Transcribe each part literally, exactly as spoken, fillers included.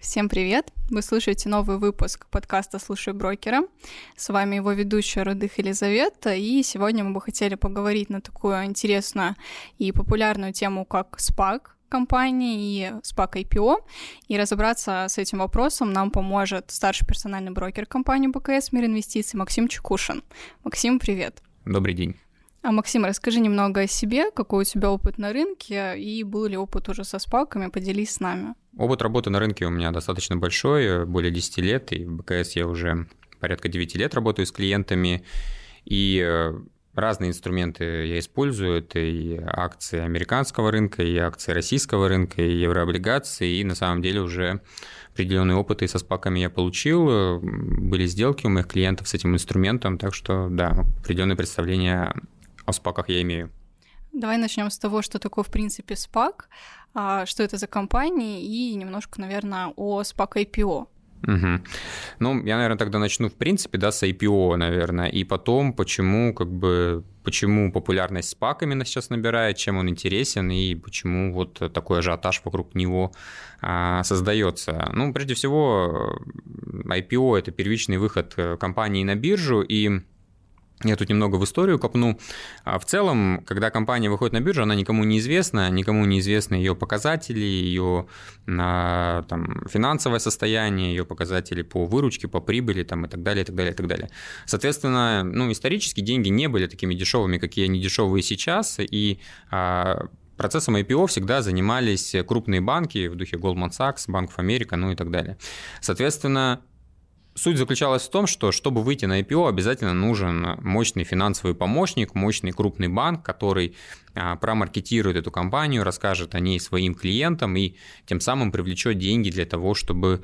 Всем привет! Вы слушаете новый выпуск подкаста «Слушай брокера». С вами его ведущая Рудых Елизавета, и сегодня мы бы хотели поговорить на такую интересную и популярную тему, как спак компании и спак ай пи о, и разобраться с этим вопросом нам поможет старший персональный брокер компании бэ ка эс «Мир инвестиций» Максим Чекушин. Максим, привет! Добрый день! А, Максим, расскажи немного о себе, какой у тебя опыт на рынке, и был ли опыт уже со спаками, поделись с нами. Опыт работы на рынке у меня достаточно большой, более десять лет, и в бэ ка эс я уже порядка девять лет работаю с клиентами, и разные инструменты я использую, это и акции американского рынка, и акции российского рынка, и еврооблигации, и на самом деле уже определенные опыты со спаками я получил, были сделки у моих клиентов с этим инструментом, так что да, определенное представление о спаках я имею. Давай начнем с того, что такое в принципе спак, что это за компании, и немножко, наверное, о спак ай пи о. Угу. Ну, я, наверное, тогда начну, в принципе, да, с ай пи о, наверное, и потом, почему, как бы, почему популярность спак именно сейчас набирает, чем он интересен, и почему вот такой ажиотаж вокруг него а, создается. Ну, прежде всего, ай пи о – это первичный выход компании на биржу, и я тут немного в историю копну. В целом, когда компания выходит на биржу, она никому не известна, никому не известны ее показатели, ее там, финансовое состояние, ее показатели по выручке, по прибыли там, и так далее, и так далее, и так далее. Соответственно, ну, исторически деньги не были такими дешевыми, какие они дешевые сейчас, и процессом ай пи о всегда занимались крупные банки в духе Goldman Sachs, Bank of America, ну и так далее. Соответственно, суть заключалась в том, что, чтобы выйти на ай пи о, обязательно нужен мощный финансовый помощник, мощный крупный банк, который промаркетирует эту компанию, расскажет о ней своим клиентам и тем самым привлечет деньги для того, чтобы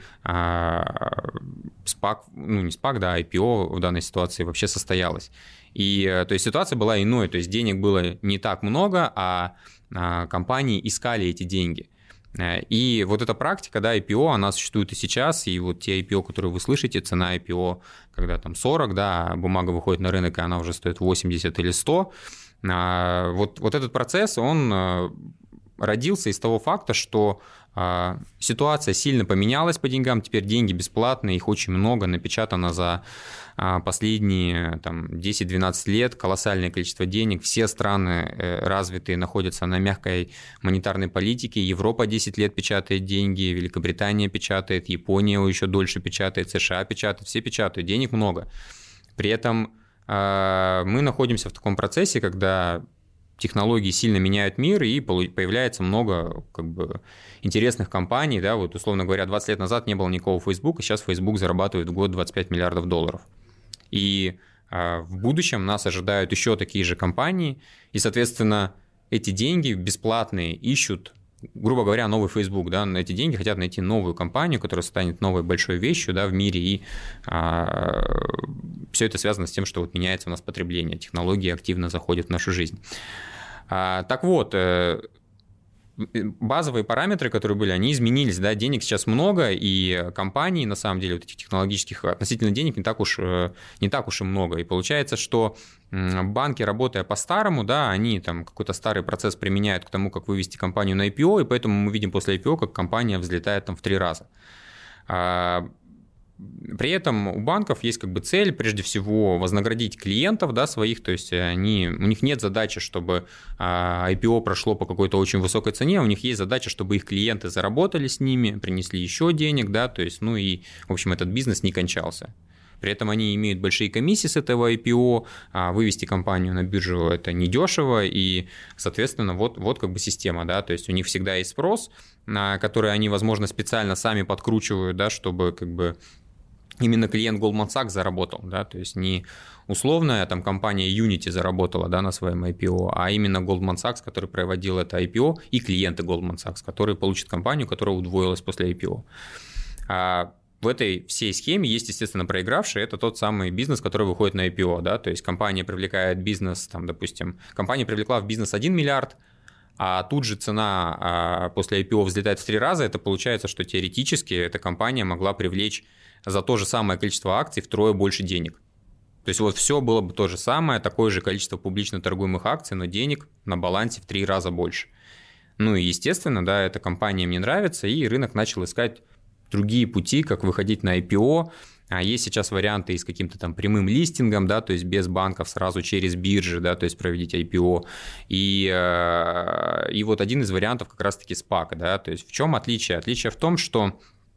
спак, ну не спак, да, ай пи о в данной ситуации вообще состоялось. И то есть ситуация была иной, то есть денег было не так много, а компании искали эти деньги. И вот эта практика, да, ай пи о, она существует и сейчас, и вот те ай пи о, которые вы слышите, цена ай пи о, когда там сорок, да, бумага выходит на рынок, и она уже стоит восемьдесят или сто, вот, вот этот процесс, он родился из того факта, что ситуация сильно поменялась по деньгам, теперь деньги бесплатные, их очень много, напечатано за последние там, десять-двенадцать лет, колоссальное количество денег, все страны развитые находятся на мягкой монетарной политике, Европа десять лет печатает деньги, Великобритания печатает, Япония еще дольше печатает, США печатает, все печатают, денег много. При этом мы находимся в таком процессе, когда технологии сильно меняют мир, и появляется много как бы, интересных компаний. Да? Вот, условно говоря, двадцать лет назад не было никакого Facebook, и сейчас Facebook зарабатывает в год двадцать пять миллиардов долларов. И э, в будущем нас ожидают еще такие же компании, и, соответственно, эти деньги бесплатные ищут, грубо говоря, новый Facebook. Да? На эти деньги хотят найти новую компанию, которая станет новой большой вещью, да, в мире, и э, все это связано с тем, что вот меняется у нас потребление, технологии активно заходят в нашу жизнь. А, так вот, э, базовые параметры, которые были, они изменились, да, денег сейчас много, и компаний, на самом деле, вот этих технологических относительно денег не так уж, не так уж и много, и получается, что банки, работая по-старому, да, они там какой-то старый процесс применяют к тому, как вывести компанию на ай пи о, и поэтому мы видим после ай пи о, как компания взлетает там в три раза. При этом у банков есть как бы цель, прежде всего, вознаградить клиентов, да, своих, то есть они, у них нет задачи, чтобы ай пи о прошло по какой-то очень высокой цене, у них есть задача, чтобы их клиенты заработали с ними, принесли еще денег, да, то есть, ну и, в общем, этот бизнес не кончался. При этом они имеют большие комиссии с этого ай пи о, а вывести компанию на биржу это недешево, и, соответственно, вот, вот как бы система, да, то есть у них всегда есть спрос, на который они, возможно, специально сами подкручивают, да, чтобы как бы именно клиент Goldman Sachs заработал, да, то есть не условная там компания Unity заработала, да, на своем ай пи о, а именно Goldman Sachs, который проводил это ай пи о, и клиенты Goldman Sachs, которые получат компанию, которая удвоилась после ай пи о. А в этой всей схеме есть, естественно, проигравший, это тот самый бизнес, который выходит на ай пи о, да, то есть компания привлекает бизнес, там, допустим, компания привлекла в бизнес один миллиард, а тут же цена после ай пи о взлетает в три раза, это получается, что теоретически эта компания могла привлечь за то же самое количество акций втрое больше денег. То есть вот все было бы то же самое, такое же количество публично торгуемых акций, но денег на балансе в три раза больше. Ну и естественно, да, эта компания мне нравится, и рынок начал искать другие пути, как выходить на ай пи о. Есть сейчас варианты и с каким-то там прямым листингом, да, то есть без банков, сразу через биржи, да, то есть проводить ай пи о. И, и вот один из вариантов как раз-таки спак, да, то есть в чем отличие? Отличие в том, что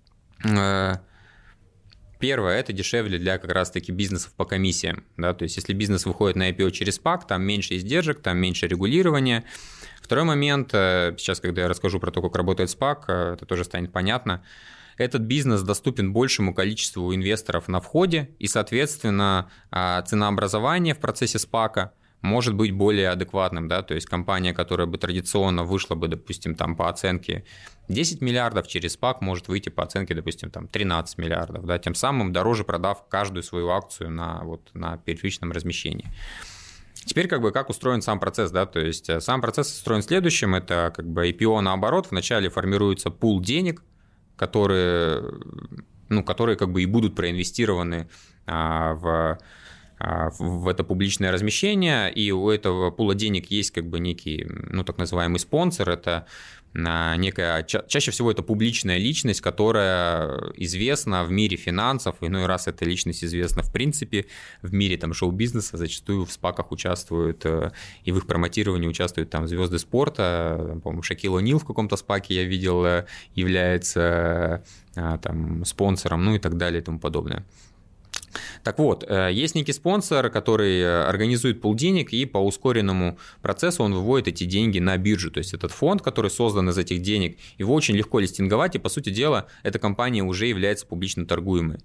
первое, это дешевле для как раз-таки бизнесов по комиссиям, да, то есть если бизнес выходит на ай пи о через спак, там меньше издержек, там меньше регулирования. Второй момент, сейчас, когда я расскажу про то, как работает спак, это тоже станет понятно. Этот бизнес доступен большему количеству инвесторов на входе, и, соответственно, ценообразование в процессе спака может быть более адекватным, да, то есть компания, которая бы традиционно вышла бы, допустим, там по оценке десять миллиардов, через спак может выйти по оценке, допустим, там тринадцать миллиардов, да, тем самым дороже продав каждую свою акцию на, вот, на первичном размещении. Теперь как бы как устроен сам процесс, да, то есть сам процесс устроен следующим, это как бы ай пи о наоборот, вначале формируется пул денег, которые, ну, которые как бы и будут проинвестированы а, в, а, в это публичное размещение, и у этого пула денег есть как бы некий, ну, так называемый спонсор, это некая, ча- чаще всего это публичная личность, которая известна в мире финансов, иной раз эта личность известна в принципе в мире там шоу-бизнеса, зачастую в спаках участвуют и в их промотировании участвуют там звезды спорта, по-моему, Шакил О'Нил в каком-то спаке я видел является там спонсором, ну и так далее и тому подобное. Так вот, есть некий спонсор, который организует пул денег, и по ускоренному процессу он выводит эти деньги на биржу. То есть этот фонд, который создан из этих денег, его очень легко листинговать, и, по сути дела, эта компания уже является публично торгуемой.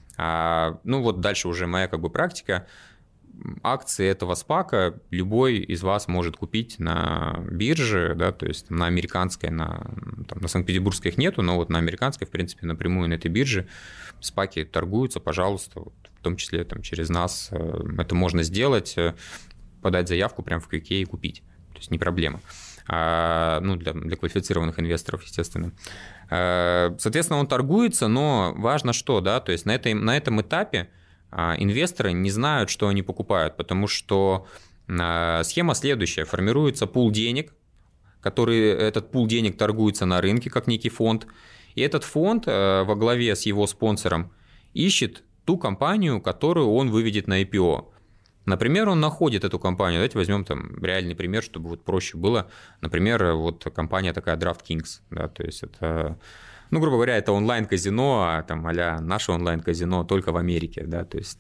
А, ну вот дальше уже моя как бы практика. Акции этого спака любой из вас может купить на бирже, да, то есть на американской, на, там, на Санкт-Петербургской их нету, но вот на американской, в принципе, напрямую на этой бирже спаки торгуются, пожалуйста, вот, в том числе там, через нас это можно сделать, подать заявку прямо в Квике и купить, то есть не проблема. А, ну, для, для квалифицированных инвесторов, естественно. А, соответственно, он торгуется, но важно что, да, то есть на, этой, на этом этапе инвесторы не знают, что они покупают, потому что схема следующая. Формируется пул денег, который, этот пул денег торгуется на рынке, как некий фонд, и этот фонд во главе с его спонсором ищет ту компанию, которую он выведет на ай пи о. Например, он находит эту компанию. Давайте возьмем там реальный пример, чтобы вот проще было. Например, вот компания такая DraftKings, да, то есть это... Ну, грубо говоря, это онлайн-казино, там, а-ля наше онлайн-казино, только в Америке, да, то есть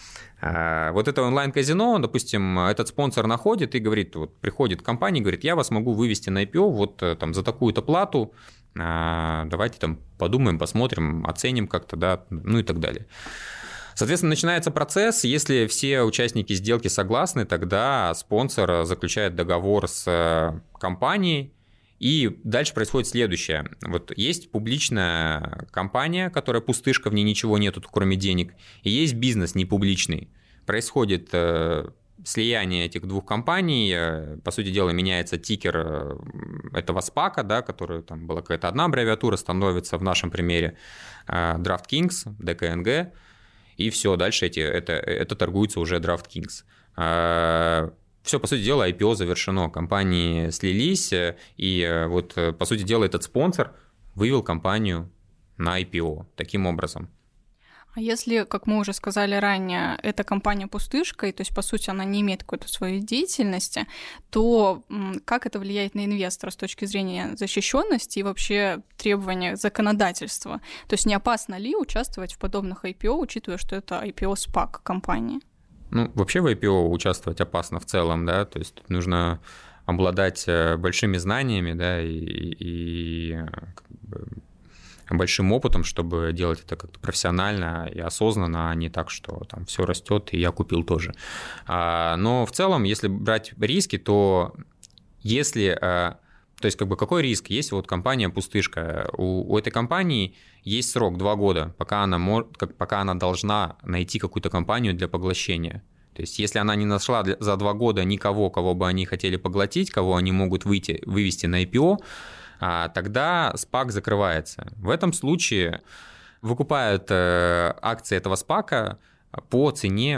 э, вот это онлайн-казино, допустим, этот спонсор находит и говорит, вот приходит компания и говорит, я вас могу вывести на ай пи о вот там за такую-то плату, э, давайте там подумаем, посмотрим, оценим как-то, да, ну и так далее. Соответственно, начинается процесс, если все участники сделки согласны, тогда спонсор заключает договор с компанией. И дальше происходит следующее. Вот есть публичная компания, которая пустышка, в ней ничего нету, кроме денег, и есть бизнес непубличный. Происходит слияние этих двух компаний, по сути дела меняется тикер этого спака, да, который там была какая-то одна аббревиатура, становится в нашем примере DraftKings, ди кей эн джи, и все, дальше эти, это, это торгуется уже DraftKings. Все, по сути дела, ай пи о завершено, компании слились, и вот, по сути дела, этот спонсор вывел компанию на ай пи о таким образом. А если, как мы уже сказали ранее, эта компания пустышка, и то есть, по сути, она не имеет какой-то своей деятельности, то как это влияет на инвестора с точки зрения защищенности и вообще требования законодательства? То есть не опасно ли участвовать в подобных ай пи о, учитывая, что это ай пи о спак компании? Ну, вообще в ай пи о участвовать опасно в целом, да, то есть нужно обладать большими знаниями, да, и, и как бы большим опытом, чтобы делать это как-то профессионально и осознанно, а не так, что там все растет, и я купил тоже. Но в целом, если брать риски, то если... То есть, как бы, какой риск? Есть вот компания «Пустышка». У, у этой компании есть срок два года, пока она, может, как, пока она должна найти какую-то компанию для поглощения. То есть, если она не нашла для, за два года никого, кого бы они хотели поглотить, кого они могут выйти, вывести на ай пи о, а, тогда спак закрывается. В этом случае выкупают э, акции этого спака по цене,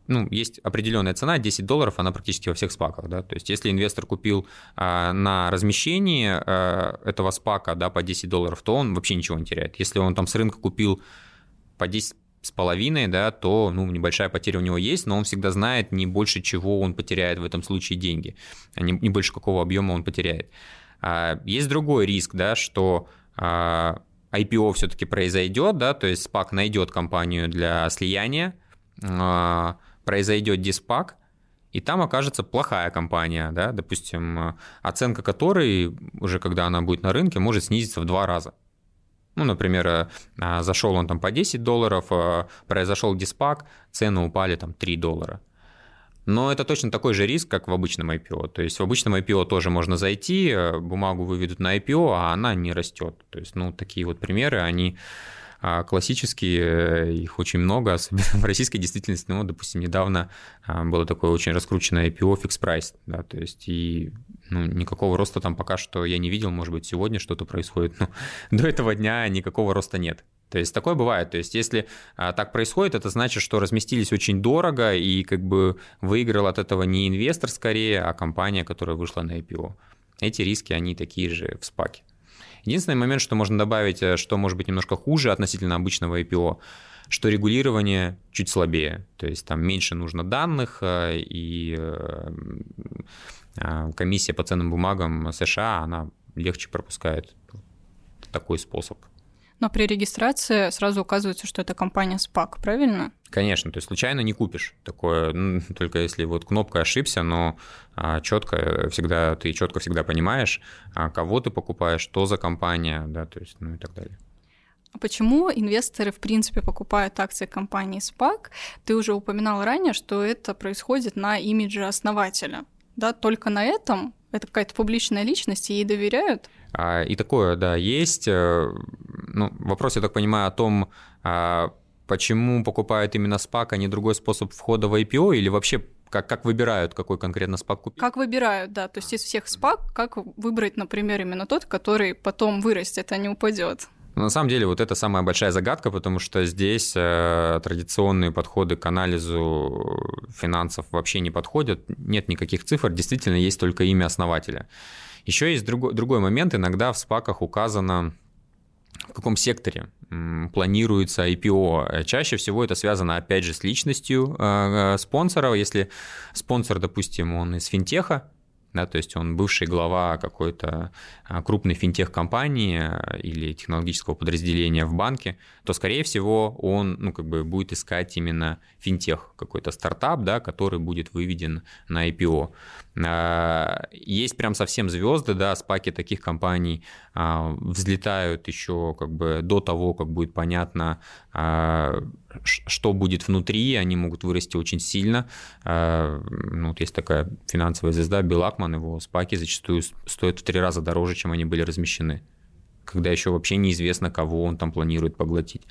ну, есть определенная цена, десять долларов, она практически во всех спаках, да, то есть если инвестор купил а, на размещении а, этого спака, да, по десять долларов, то он вообще ничего не теряет. Если он там с рынка купил по десять с половиной, да, то, ну, небольшая потеря у него есть, но он всегда знает, не больше чего он потеряет в этом случае деньги, не, не больше какого объема он потеряет. А, есть другой риск, да, что а, ай пи о все-таки произойдет, да, то есть спак найдет компанию для слияния, а, произойдет диспак, и там окажется плохая компания, да, допустим, оценка которой, уже когда она будет на рынке, может снизиться в два раза. Ну, например, зашел он там по десять долларов, произошел диспак, цены упали там три доллара. Но это точно такой же риск, как в обычном ай пи о. То есть в обычном ай пи о тоже можно зайти, бумагу выведут на ай пи о, а она не растет. То есть, ну, такие вот примеры, они классические, их очень много, особенно в российской действительности. Ну, допустим, недавно было такое очень раскрученное ай пи о Fixed Price, да, то есть и ну, никакого роста там пока что я не видел, может быть, сегодня что-то происходит, но до этого дня никакого роста нет. То есть такое бывает. То есть если а, так происходит, это значит, что разместились очень дорого, и как бы выиграл от этого не инвестор скорее, а компания, которая вышла на ай пи о. Эти риски, они такие же в спаке. Единственный момент, что можно добавить, что может быть немножко хуже относительно обычного ай пи о, что регулирование чуть слабее. То есть там меньше нужно данных, и комиссия по ценным бумагам США, она легче пропускает такой способ. Но при регистрации сразу указывается, что это компания спак, правильно? Конечно, то есть случайно не купишь такое, ну, только если вот кнопкой ошибся, но а, четко всегда, ты четко всегда понимаешь, а, кого ты покупаешь, что за компания, да, то есть, ну и так далее. А почему инвесторы, в принципе, покупают акции компании спак? Ты уже упоминал ранее, что это происходит на имидже основателя, да, только на этом? Это какая-то публичная личность, и ей доверяют? И такое, да, есть. Ну, вопрос, я так понимаю, о том, почему покупают именно спак, а не другой способ входа в ай пи о, или вообще как, как выбирают, какой конкретно спак купить? Как выбирают, да. То есть из всех спак, как выбрать, например, именно тот, который потом вырастет, а не упадет? На самом деле вот это самая большая загадка, потому что здесь э, традиционные подходы к анализу финансов вообще не подходят, нет никаких цифр, действительно есть только имя основателя. Еще есть другой, другой момент, иногда в спаках указано, в каком секторе м, планируется ай пи о. Чаще всего это связано, опять же, с личностью э, спонсора. Если спонсор, допустим, он из финтеха, да, то есть он бывший глава какой-то крупной финтех-компании или технологического подразделения в банке, то, скорее всего, он, ну, как бы будет искать именно финтех, какой-то стартап, да, который будет выведен на ай пи о. Есть прям совсем звезды, да, спаки таких компаний взлетают еще как бы до того, как будет понятно, что будет внутри, они могут вырасти очень сильно. Ну, вот есть такая финансовая звезда Билл Акман, его спаки зачастую стоят в три раза дороже, чем они были размещены, когда еще вообще неизвестно, кого он там планирует поглотить.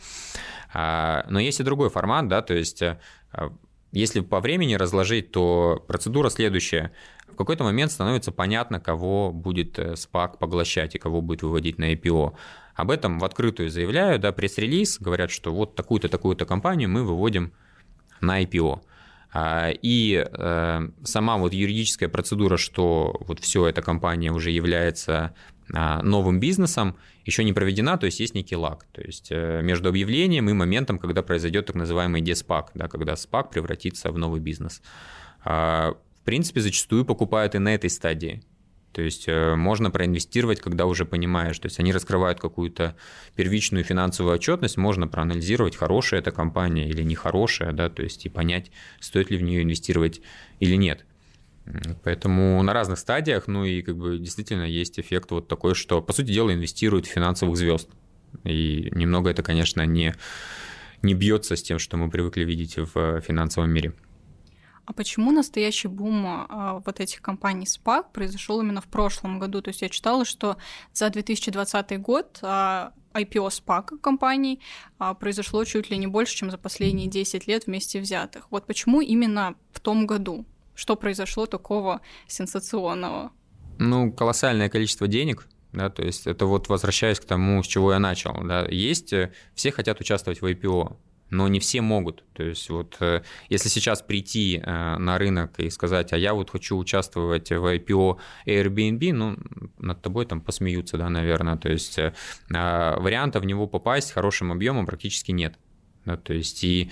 Но есть и другой формат, да, то есть если по времени разложить, то процедура следующая. В какой-то момент становится понятно, кого будет спак поглощать и кого будет выводить на ай пи о. Об этом в открытую заявляют, да, пресс-релиз, говорят, что вот такую-то, такую-то компанию мы выводим на ай пи о. И сама вот юридическая процедура, что вот все, эта компания уже является новым бизнесом, еще не проведена, то есть есть некий лаг. То есть между объявлением и моментом, когда произойдет так называемый деспак, да, когда спак превратится в новый бизнес. В принципе, зачастую покупают и на этой стадии. То есть можно проинвестировать, когда уже понимаешь. То есть они раскрывают какую-то первичную финансовую отчетность, можно проанализировать, хорошая эта компания или нехорошая, да, то есть и понять, стоит ли в нее инвестировать или нет. Поэтому на разных стадиях, ну и как бы действительно есть эффект вот такой, что, по сути дела, инвестируют в финансовых звезд. И немного это, конечно, не, не бьется с тем, что мы привыкли видеть в финансовом мире. А почему настоящий бум а, вот этих компаний спак произошел именно в прошлом году? То есть я читала, что за две тысячи двадцатый год а, ай пи о спак компаний а, произошло чуть ли не больше, чем за последние десять лет вместе взятых. Вот почему именно в том году? Что произошло такого сенсационного? Ну, колоссальное количество денег. Да, то есть это вот возвращаясь к тому, с чего я начал. Да, есть, все хотят участвовать в ай пи о. но не все могут. То есть вот если сейчас прийти на рынок и сказать, а я вот хочу участвовать в ай пи о Airbnb, ну, над тобой там посмеются, да, наверное. То есть варианта в него попасть хорошим объемом практически нет. Да, то есть и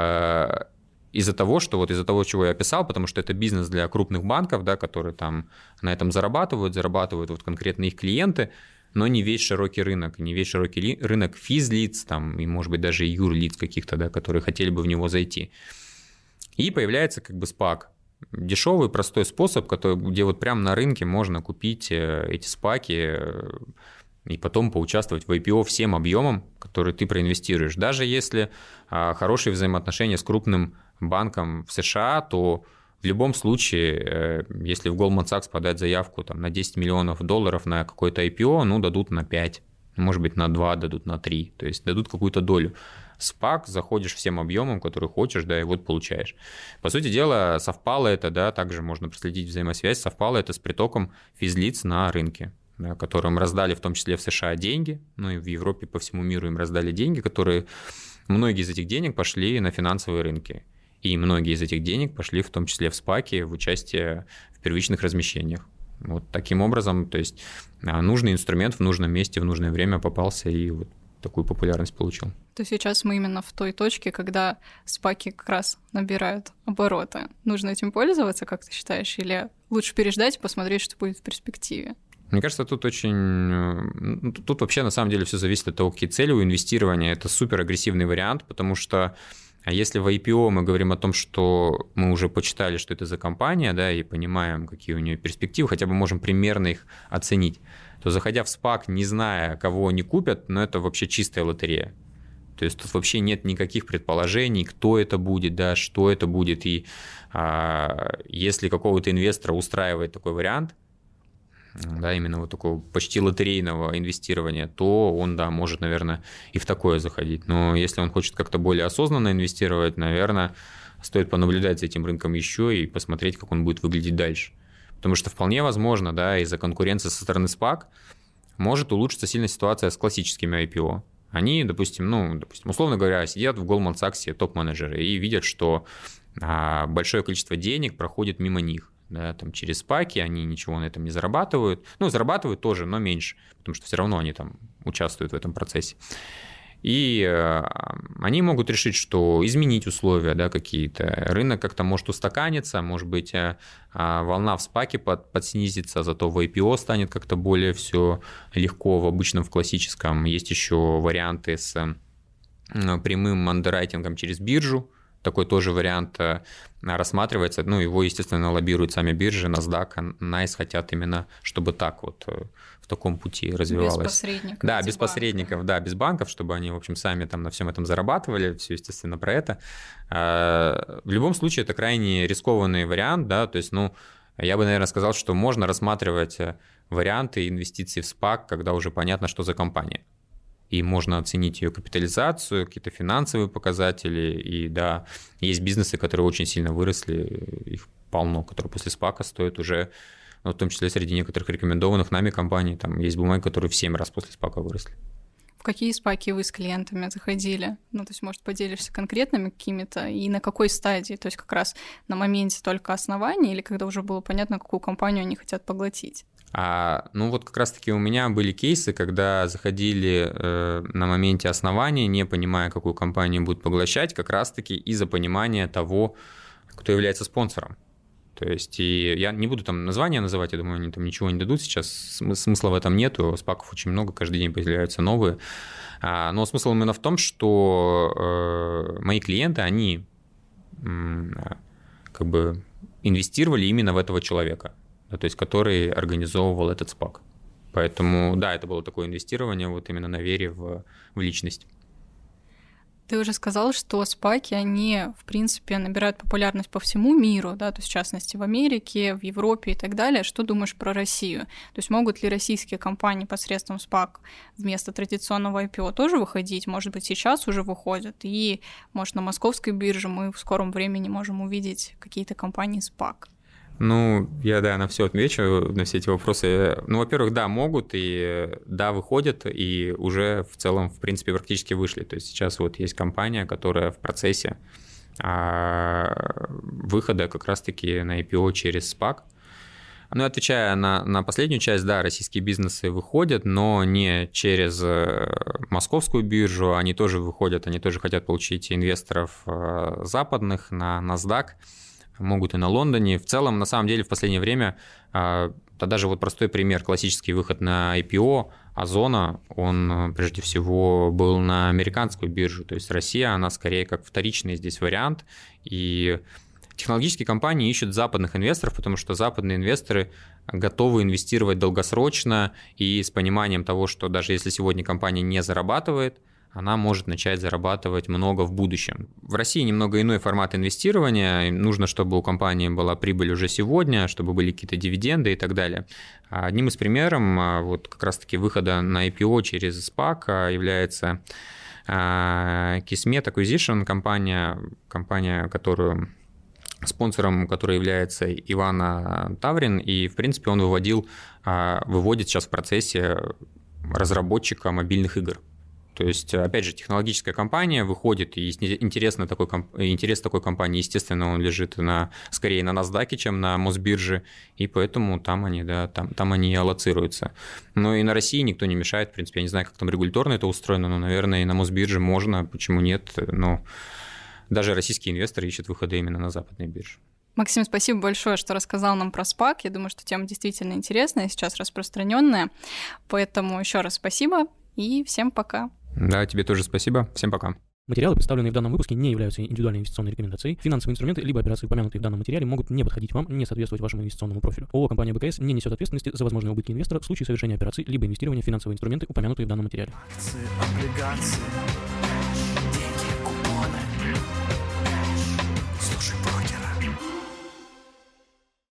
из-за того, что вот из-за того, чего я описал, потому что это бизнес для крупных банков, да, которые там на этом зарабатывают, зарабатывают вот конкретно их клиенты, но не весь широкий рынок, не весь широкий рынок физлиц, там, и, может быть, даже и юрлиц каких-то, да, которые хотели бы в него зайти. И появляется как бы спак. Дешевый, простой способ, который, где вот прямо на рынке можно купить эти спаки и потом поучаствовать в ай пи о всем объемом, который ты проинвестируешь. Даже если хорошие взаимоотношения с крупным банком в США, то в любом случае, если в Goldman Sachs подать заявку там, на десять миллионов долларов на какой-то ай пи о, ну, дадут на пять, может быть, на два, дадут на три, то есть дадут какую-то долю. спак, заходишь всем объемом, который хочешь, да, и вот получаешь. По сути дела, совпало это, да, также можно проследить взаимосвязь, совпало это с притоком физлиц на рынке, да, которым раздали в том числе в США деньги, ну и в Европе, по всему миру им раздали деньги, которые, многие из этих денег пошли на финансовые рынки. И многие из этих денег пошли в том числе в спаки, в участие в первичных размещениях. Вот таким образом, то есть нужный инструмент в нужном месте в нужное время попался и вот такую популярность получил. То сейчас мы именно в той точке, когда спаки как раз набирают обороты. Нужно этим пользоваться, как ты считаешь, или лучше переждать и посмотреть, что будет в перспективе? Мне кажется, тут очень... Тут вообще на самом деле все зависит от того, какие цели у инвестирования. Это супер агрессивный вариант, потому что а если в ай пи о мы говорим о том, что мы уже почитали, что это за компания, да, и понимаем, какие у нее перспективы, хотя бы можем примерно их оценить, то заходя в спак, не зная, кого они купят, ну, это вообще чистая лотерея. То есть тут вообще нет никаких предположений, кто это будет, да, что это будет. И а, если какого-то инвестора устраивает такой вариант, да, именно вот такого почти лотерейного инвестирования, то он, да, может, наверное, и в такое заходить. Но если он хочет как-то более осознанно инвестировать, наверное, стоит понаблюдать за этим рынком еще и посмотреть, как он будет выглядеть дальше. Потому что вполне возможно, да, из-за конкуренции со стороны спак может улучшиться сильно ситуация с классическими ай пи о. Они, допустим, ну, допустим, условно говоря, сидят в Goldman Sachs топ-менеджеры и видят, что а, большое количество денег проходит мимо них. Да, там через спаки, они ничего на этом не зарабатывают. Ну, зарабатывают тоже, но меньше, потому что все равно они там участвуют в этом процессе. И э, они могут решить, что изменить условия, да, какие-то. Рынок как-то может устаканиться, может быть, э, волна в спаке под, подснизится, зато в ай пи о станет как-то более все легко, в обычном, в классическом. Есть еще варианты с э, прямым андеррайтингом через биржу. Такой тоже вариант рассматривается. Ну, его, естественно, лоббируют сами биржи, NASDAQ, NYSE хотят именно, чтобы так вот в таком пути развивалось. Без посредников. Да, без посредников, да, без банков, чтобы они, в общем, сами там на всем этом зарабатывали, все, естественно, про это. В любом случае, это крайне рискованный вариант, да, то есть, ну, я бы, наверное, сказал, что можно рассматривать варианты инвестиций в спак, когда уже понятно, что за компания. И можно оценить ее капитализацию, какие-то финансовые показатели. И да, есть бизнесы, которые очень сильно выросли, их полно, которые после спака стоят уже, ну, в том числе среди некоторых рекомендованных нами компаний, там есть бумаги, которые в семь раз после спака выросли. В какие спаки вы с клиентами заходили? Ну, то есть, может, поделишься конкретными какими-то, и на какой стадии? То есть как раз на моменте только основания или когда уже было понятно, какую компанию они хотят поглотить? А, ну вот как раз-таки у меня были кейсы, когда заходили э, на моменте основания, не понимая, какую компанию будут поглощать, как раз-таки из-за понимания того, кто является спонсором. То есть и я не буду там названия называть, я думаю, они там ничего не дадут сейчас, смысла в этом нету, спаков очень много, каждый день появляются новые. А, но смысл именно в том, что э, мои клиенты, они э, как бы инвестировали именно в этого человека. Да, то есть который организовывал этот спак. Поэтому, да, это было такое инвестирование вот именно на вере в, в личность. Ты уже сказал, что спаки, они, в принципе, набирают популярность по всему миру, да, то есть в частности в Америке, в Европе и так далее. Что думаешь про Россию? То есть могут ли российские компании посредством спак вместо традиционного ай пи о тоже выходить? Может быть, сейчас уже выходят? И, может, на московской бирже мы в скором времени можем увидеть какие-то компании спак? Ну, я, да, на все отвечу, на все эти вопросы. Ну, во-первых, да, могут, и да, выходят, и уже в целом, в принципе, практически вышли. То есть сейчас вот есть компания, которая в процессе а, выхода как раз-таки на ай пи о через спак. Ну, отвечая на, на последнюю часть, да, российские бизнесы выходят, но не через московскую биржу, они тоже выходят, они тоже хотят получить инвесторов западных на NASDAQ, могут и на Лондоне. В целом, на самом деле, в последнее время, да даже вот простой пример, классический выход на ай пи о, Озона, он прежде всего был на американскую биржу, то есть Россия, она скорее как вторичный здесь вариант, и технологические компании ищут западных инвесторов, потому что западные инвесторы готовы инвестировать долгосрочно и с пониманием того, что даже если сегодня компания не зарабатывает, она может начать зарабатывать много в будущем. В России немного иной формат инвестирования. Нужно, чтобы у компании была прибыль уже сегодня, чтобы были какие-то дивиденды и так далее. Одним из примеров вот как раз-таки выхода на ай пи о через спак является Kismet Acquisition, компания, компания, которую... спонсором, который является Иван Таврин, и, в принципе, он выводил, выводит сейчас в процессе разработчика мобильных игр. То есть, опять же, технологическая компания выходит, и интерес, такой, интерес такой компании, естественно, он лежит на, скорее на NASDAQ, чем на Мосбирже, и поэтому там они, да, там, там они и аллоцируются. Но и на России никто не мешает, в принципе, я не знаю, как там регуляторно это устроено, но, наверное, и на Мосбирже можно, почему нет, но... Даже российские инвесторы ищут выходы именно на западные биржи. Максим, спасибо большое, что рассказал нам про спак. Я думаю, что тема действительно интересная, сейчас распространенная. Поэтому еще раз спасибо и всем пока. Да, тебе тоже спасибо. Всем пока. Материалы, представленные в данном выпуске, не являются индивидуальной инвестиционной рекомендацией. Финансовые инструменты либо операции, упомянутые в данном материале, могут не подходить вам, не соответствовать вашему инвестиционному профилю. ООО «Компания БКС» не несет ответственности за возможные убытки инвестора в случае совершения операций либо инвестирования в финансовые инструменты, упомянутые в данном материале. Акции, облигации, деньги, купоны. Слушай,